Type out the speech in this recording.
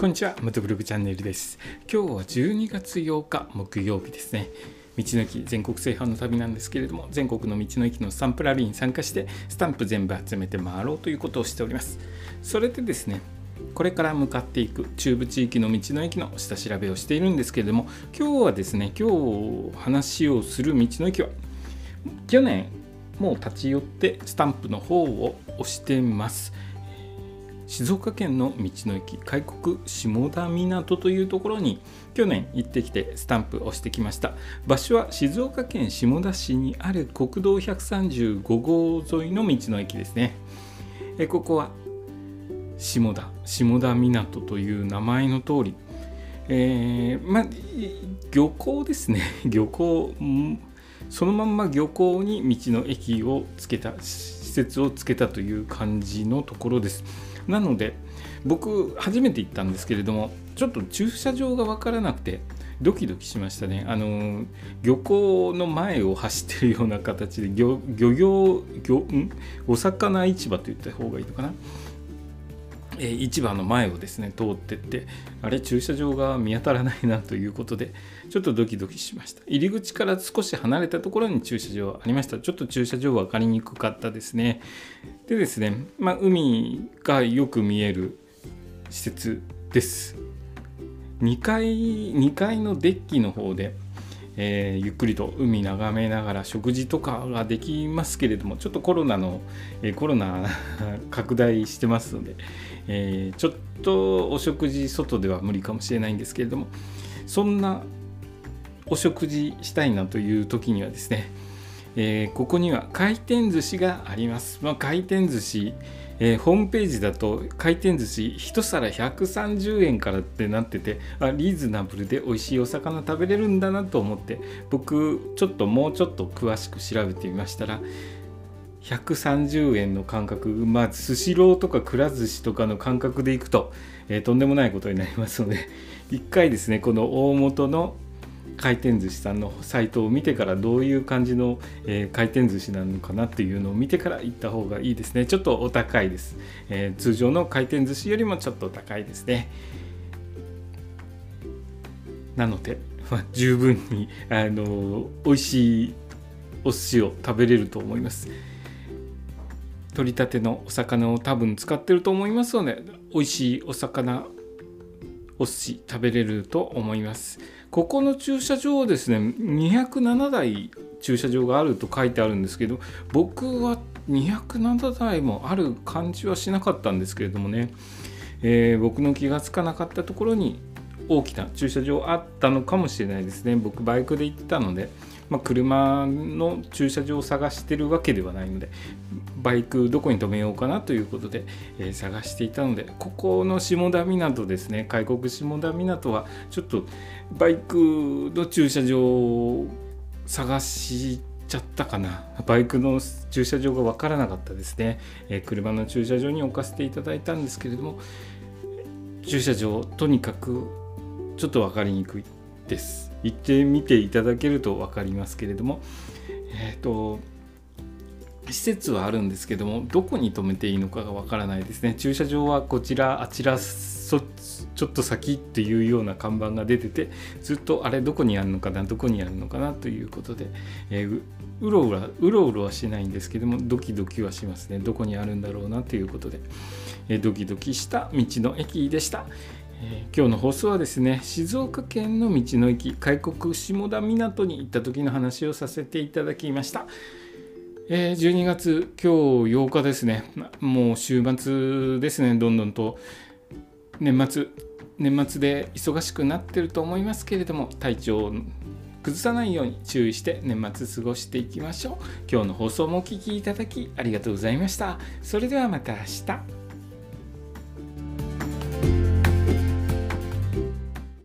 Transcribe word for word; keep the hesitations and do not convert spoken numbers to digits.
こんにちは、元ブログチャンネルです。今日はじゅうにがつようか木曜日ですね。道の駅全国制覇の旅なんですけれども、全国の道の駅のスタンプラリーに参加してスタンプ全部集めて回ろうということをしております。それでですね、これから向かっていく中部地域の道の駅の下調べをしているんですけれども、今日はですね、今日話をする道の駅は去年もう立ち寄ってスタンプの方を押してます。静岡県の道の駅開国下田港というところに去年行ってきてスタンプをしてきました。場所は静岡県下田市にある国道ひゃくさんじゅうごごう沿いの道の駅ですね。えここは下田下田港という名前の通り、えー、まあ漁港ですね。漁港、そのまんま漁港に道の駅をつけた施設をつけたという感じのところです。なので僕初めて行ったんですけれども、ちょっと駐車場が分からなくてドキドキしましたね。あの漁港の前を走ってるような形で 漁, 漁業漁んお魚市場と言った方がいいのかな、えー、市場の前をですね通ってって、あれ駐車場が見当たらないなということでちょっとドキドキしました。入り口から少し離れたところに駐車場ありました。ちょっと駐車場分かりにくかったですね。でですね、まあ、海がよく見える施設です。にかい、にかいのデッキの方で、えー、ゆっくりと海眺めながら食事とかができますけれども、ちょっとコロナの、えー、コロナ拡大してますので、えー、ちょっとお食事外では無理かもしれないんですけれども、そんなお食事したいなという時にはですね、えー、ここには回転寿司があります。まあ、回転寿司、えー、ホームページだと回転寿司一皿ひゃくさんじゅうえんからってなってて、あリーズナブルで美味しいお魚食べれるんだなと思って、僕ちょっともうちょっと詳しく調べてみましたら、ひゃくさんじゅうえんの感覚、まあスシローとかくら寿司とかの感覚でいくと、えー、とんでもないことになりますので、一回ですねこの大元の回転寿司さんのサイトを見てから、どういう感じの、えー、回転寿司なのかなっていうのを見てから行った方がいいですね。ちょっとお高いです、えー、通常の回転寿司よりもちょっと高いですね。なので、まあ、十分にあの美味しいお寿司を食べれると思います。取り立てのお魚を多分使ってると思いますので、美味しいお魚お寿司食べれると思います。ここの駐車場はですねにひゃくななだい駐車場があると書いてあるんですけど、僕はにひゃくななだいもある感じはしなかったんですけれどもね、えー、僕の気がつかなかったところに大きな駐車場あったのかもしれないですね。僕バイクで行ってたので、まあ、車の駐車場を探してるわけではないので、バイクどこに止めようかなということで、えー、探していたので、ここの下田港ですね、開国下田港はちょっとバイクの駐車場を探しちゃったかな。バイクの駐車場が分からなかったですね。えー、車の駐車場に置かせていただいたんですけれども、駐車場とにかくちょっと分かりにくいです。行ってみていただけると分かりますけれども、えっと施設はあるんですけども、どこに止めていいのかが分からないですね。駐車場はこちらあちらそちょっと先っていうような看板が出てて、ずっとあれどこにあるのかなどこにあるのかなということで、えー、う, うろうろうろうろはしないんですけども、ドキドキはしますね。どこにあるんだろうなということで、えー、ドキドキした道の駅でした。えー、今日の放送はですね、静岡県の道の駅開国下田港に行った時の話をさせていただきました。えー、じゅうにがつ今日ようかですね。もう週末ですね。どんどんと年末年末で忙しくなってると思いますけれども、体調を崩さないように注意して年末過ごしていきましょう。今日の放送もお聞きいただきありがとうございました。それではまた明日。